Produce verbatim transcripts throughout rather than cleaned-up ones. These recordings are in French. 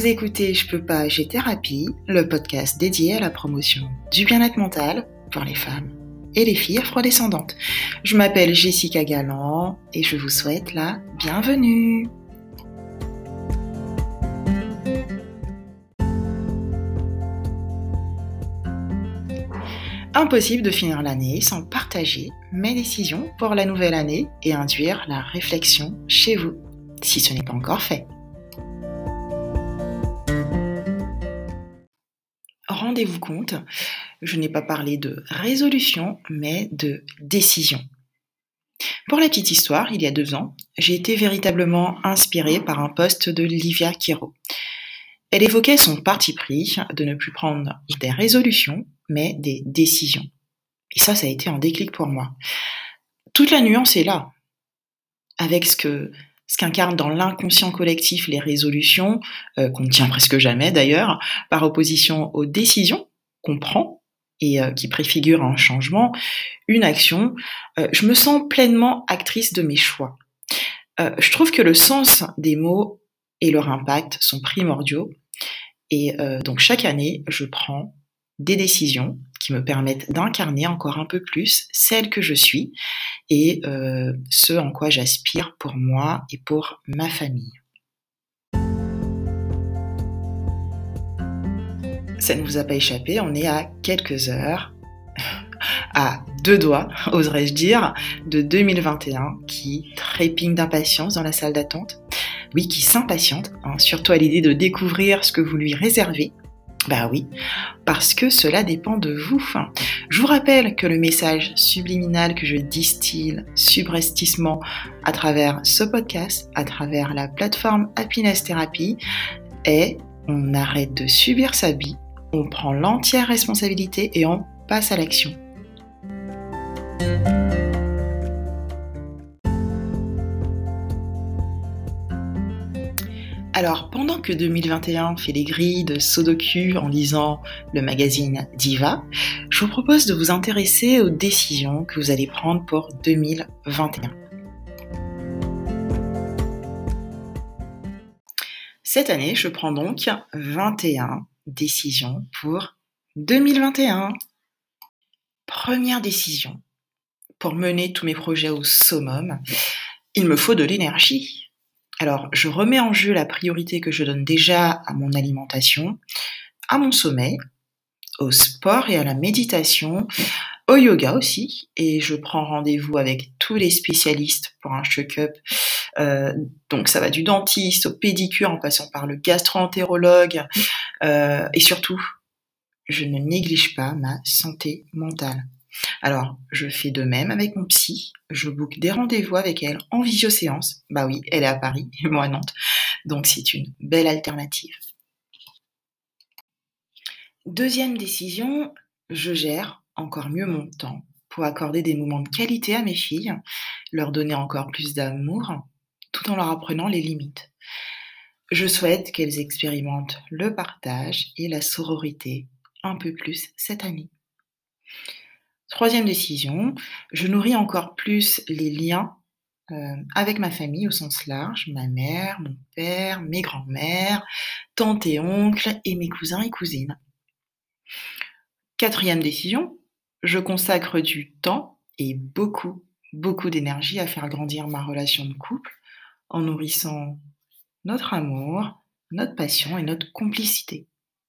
écoutez Je peux pas, j'ai thérapie, le podcast dédié à la promotion du bien-être mental pour les femmes et les filles afrodescendantes. Je m'appelle Jessica Galland et je vous souhaite la bienvenue. Impossible de finir l'année sans partager mes décisions pour la nouvelle année et induire la réflexion chez vous, si ce n'est pas encore fait. Rendez-vous compte, je n'ai pas parlé de résolution, mais de décision. Pour la petite histoire, il y a deux ans, j'ai été véritablement inspirée par un post de Livia Quiro. Elle évoquait son parti pris de ne plus prendre des résolutions, mais des décisions. Et ça, ça a été un déclic pour moi. Toute la nuance est là, avec ce que ce qu'incarnent dans l'inconscient collectif les résolutions, euh, qu'on ne tient presque jamais d'ailleurs, par opposition aux décisions qu'on prend et euh, qui préfigurent un changement, une action. Euh, je me sens pleinement actrice de mes choix. Euh, je trouve que le sens des mots et leur impact sont primordiaux. Et euh, donc chaque année, je prends des décisions qui me permettent d'incarner encore un peu plus celle que je suis et euh, ce en quoi j'aspire pour moi et pour ma famille. Ça ne vous a pas échappé, on est à quelques heures, à deux doigts, oserais-je dire, de deux mille vingt et un qui trépigne d'impatience dans la salle d'attente. Oui, qui s'impatiente, hein, surtout à l'idée de découvrir ce que vous lui réservez. Bah oui, parce que cela dépend de vous. Je vous rappelle que le message subliminal que je distille subrepticement à travers ce podcast, à travers la plateforme Happiness Therapy, est on arrête de subir sa vie, on prend l'entière responsabilité et on passe à l'action. Alors, pendant que deux mille vingt et un fait les grilles de Sudoku en lisant le magazine Diva, je vous propose de vous intéresser aux décisions que vous allez prendre pour deux mille vingt et un. Cette année, je prends donc vingt et un décisions pour deux mille vingt et un. Première décision. Pour mener tous mes projets au summum, il me faut de l'énergie. Alors, je remets en jeu la priorité que je donne déjà à mon alimentation, à mon sommeil, au sport et à la méditation, au yoga aussi, et je prends rendez-vous avec tous les spécialistes pour un check-up. Euh, donc ça va du dentiste au pédicure en passant par le gastro-entérologue, euh, et surtout, je ne néglige pas ma santé mentale. Alors, je fais de même avec mon psy, je book des rendez-vous avec elle en visioséance. Bah oui, elle est à Paris et moi à Nantes, donc c'est une belle alternative. Deuxième décision, je gère encore mieux mon temps pour accorder des moments de qualité à mes filles, leur donner encore plus d'amour, tout en leur apprenant les limites. Je souhaite qu'elles expérimentent le partage et la sororité un peu plus cette année. Troisième décision, je nourris encore plus les liens euh, avec ma famille au sens large, ma mère, mon père, mes grands-mères, tantes et oncles et mes cousins et cousines. Quatrième décision, je consacre du temps et beaucoup, beaucoup d'énergie à faire grandir ma relation de couple en nourrissant notre amour, notre passion et notre complicité.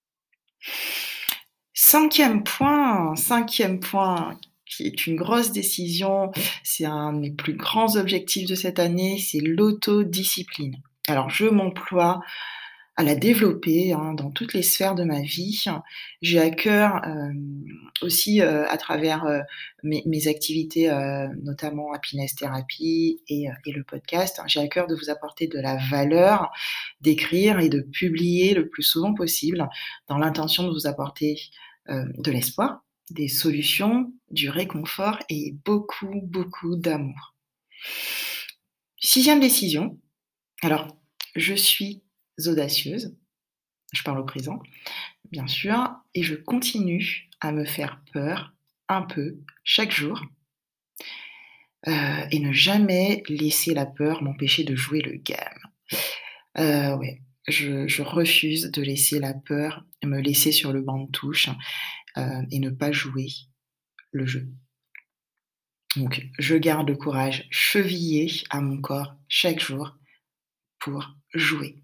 Cinquième point, cinquième point qui est une grosse décision, c'est un de mes plus grands objectifs de cette année, c'est l'autodiscipline. Alors je m'emploie à la développer hein, dans toutes les sphères de ma vie. J'ai à cœur euh, aussi euh, à travers euh, mes, mes activités, euh, notamment Happiness Therapy et, euh, et le podcast, hein, j'ai à cœur de vous apporter de la valeur, d'écrire et de publier le plus souvent possible dans l'intention de vous apporter euh, de l'espoir, des solutions, du réconfort et beaucoup, beaucoup d'amour. Sixième décision. Alors, je suis audacieuse, je parle au présent, bien sûr, et je continue à me faire peur un peu chaque jour euh, et ne jamais laisser la peur m'empêcher de jouer le game. Euh, ouais. Je, je refuse de laisser la peur me laisser sur le banc de touche euh, et ne pas jouer le jeu. Donc, je garde le courage chevillé à mon corps chaque jour pour jouer.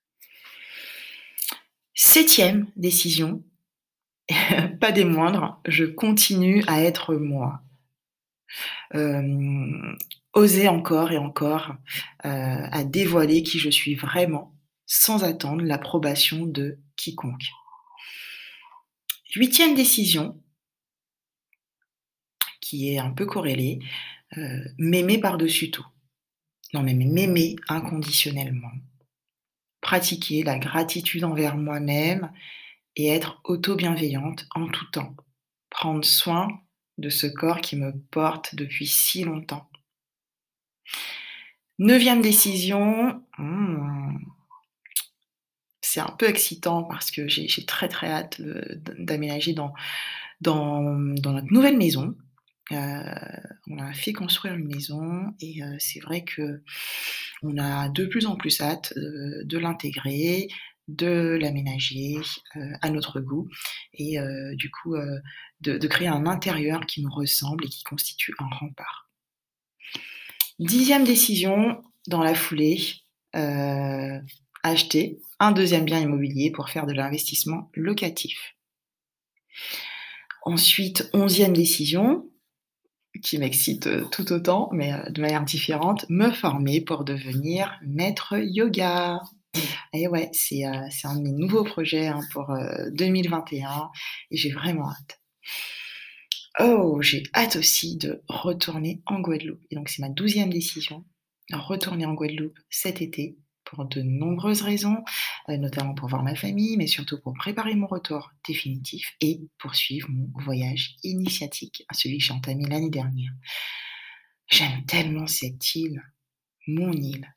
Septième décision, pas des moindres, je continue à être moi. Euh, oser encore et encore euh, à dévoiler qui je suis vraiment sans attendre l'approbation de quiconque. Huitième décision, qui est un peu corrélée, euh, m'aimer par-dessus tout. Non mais m'aimer inconditionnellement. Pratiquer la gratitude envers moi-même et être auto-bienveillante en tout temps. Prendre soin de ce corps qui me porte depuis si longtemps. Neuvième décision, hmm, c'est un peu excitant parce que j'ai, j'ai très très hâte de, d'aménager dans, dans, dans notre nouvelle maison. Euh, on a fait construire une maison et euh, c'est vrai que on a de plus en plus hâte euh, de l'intégrer, de l'aménager euh, à notre goût et euh, du coup euh, de, de créer un intérieur qui nous ressemble et qui constitue un rempart. Dixième décision, dans la foulée, euh, acheter un deuxième bien immobilier pour faire de l'investissement locatif. Ensuite, onzième décision, qui m'excite tout autant, mais de manière différente, me former pour devenir maître yoga. Et ouais, c'est, euh, c'est un de mes nouveaux projets hein, pour euh, deux mille vingt et un et j'ai vraiment hâte. Oh, j'ai hâte aussi de retourner en Guadeloupe. Et donc c'est ma douzième décision, retourner en Guadeloupe cet été pour de nombreuses raisons, euh, notamment pour voir ma famille, mais surtout pour préparer mon retour définitif et poursuivre mon voyage initiatique, celui que j'ai entamé l'année dernière. J'aime tellement cette île, mon île.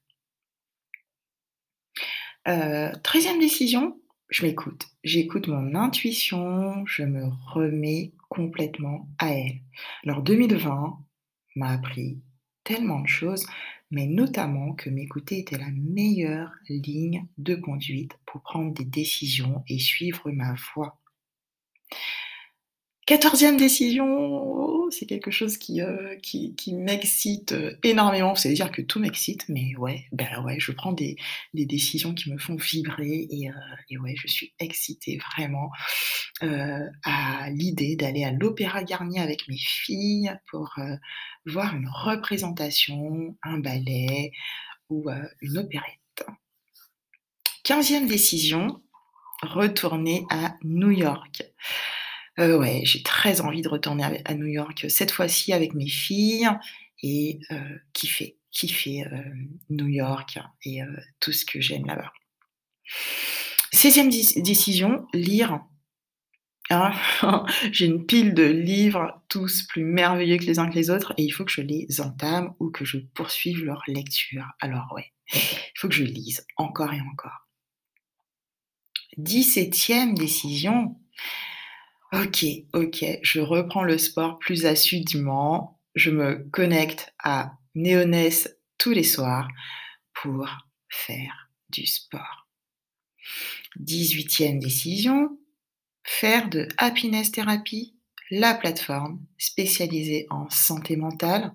Euh, treizième décision, je m'écoute. J'écoute mon intuition, je me remets complètement à elle. Alors deux mille vingt m'a appris tellement de choses, mais notamment que m'écouter était la meilleure ligne de conduite pour prendre des décisions et suivre ma voie. Quatorzième décision, oh, c'est quelque chose qui, euh, qui, qui m'excite énormément. C'est-à-dire que tout m'excite, mais ouais, ben ouais, je prends des, des décisions qui me font vibrer et, euh, et ouais, je suis excitée vraiment euh, à l'idée d'aller à l'Opéra Garnier avec mes filles pour euh, voir une représentation, un ballet ou euh, une opérette. Quinzième décision, retourner à New York. Euh, ouais, j'ai très envie de retourner à New York, cette fois-ci avec mes filles et euh, kiffer, kiffer euh, New York et euh, tout ce que j'aime là-bas. seizième décision, lire. Hein j'ai une pile de livres, tous plus merveilleux que les uns que les autres, et il faut que je les entame ou que je poursuive leur lecture. Alors ouais, il faut que je lise encore et encore. dix-septième décision. Ok, ok, je reprends le sport plus assidûment. Je me connecte à Néoness tous les soirs pour faire du sport. dix-huitième décision, faire de Happiness Therapy la plateforme spécialisée en santé mentale,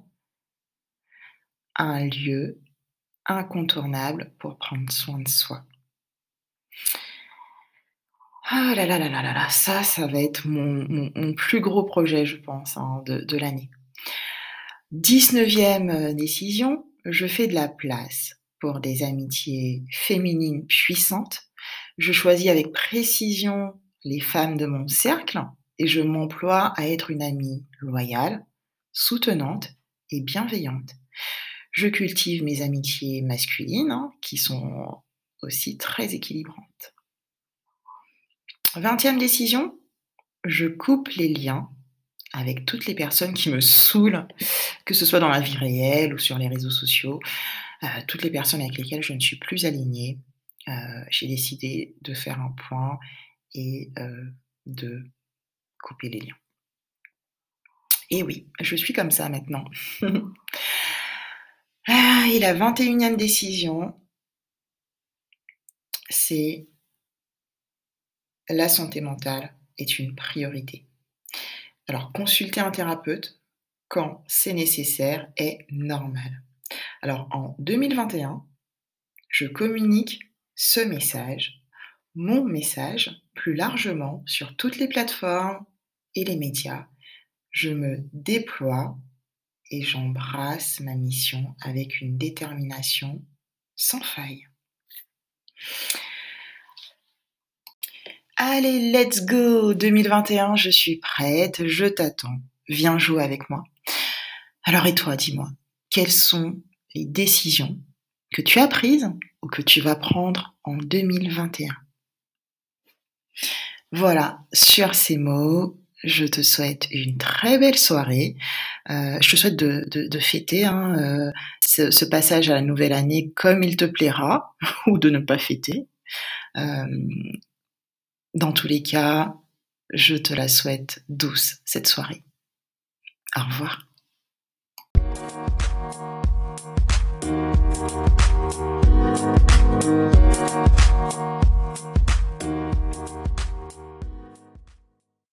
un lieu incontournable pour prendre soin de soi. Ah là là là là là là, ça, ça va être mon, mon, mon plus gros projet, je pense, hein, de, de l'année. dix-neuvième décision, je fais de la place pour des amitiés féminines puissantes. Je choisis avec précision les femmes de mon cercle et je m'emploie à être une amie loyale, soutenante et bienveillante. Je cultive mes amitiés masculines hein, qui sont aussi très équilibrantes. vingtième décision, je coupe les liens avec toutes les personnes qui me saoulent, que ce soit dans la vie réelle ou sur les réseaux sociaux, euh, toutes les personnes avec lesquelles je ne suis plus alignée. Euh, j'ai décidé de faire un point et euh, de couper les liens. Et oui, je suis comme ça maintenant. ah, et la vingt et unième décision, c'est la santé mentale est une priorité. Alors, consulter un thérapeute quand c'est nécessaire est normal. Alors, en deux mille vingt et un, je communique ce message, mon message, plus largement sur toutes les plateformes et les médias. Je me déploie et j'embrasse ma mission avec une détermination sans faille. Allez, let's go deux mille vingt et un, je suis prête, je t'attends. Viens jouer avec moi. Alors et toi, dis-moi, quelles sont les décisions que tu as prises ou que tu vas prendre en deux mille vingt et un? Voilà, sur ces mots, je te souhaite une très belle soirée. Euh, je te souhaite de, de, de fêter hein, euh, ce, ce passage à la nouvelle année comme il te plaira, ou de ne pas fêter. Euh, dans tous les cas, je te la souhaite douce, cette soirée. Au revoir.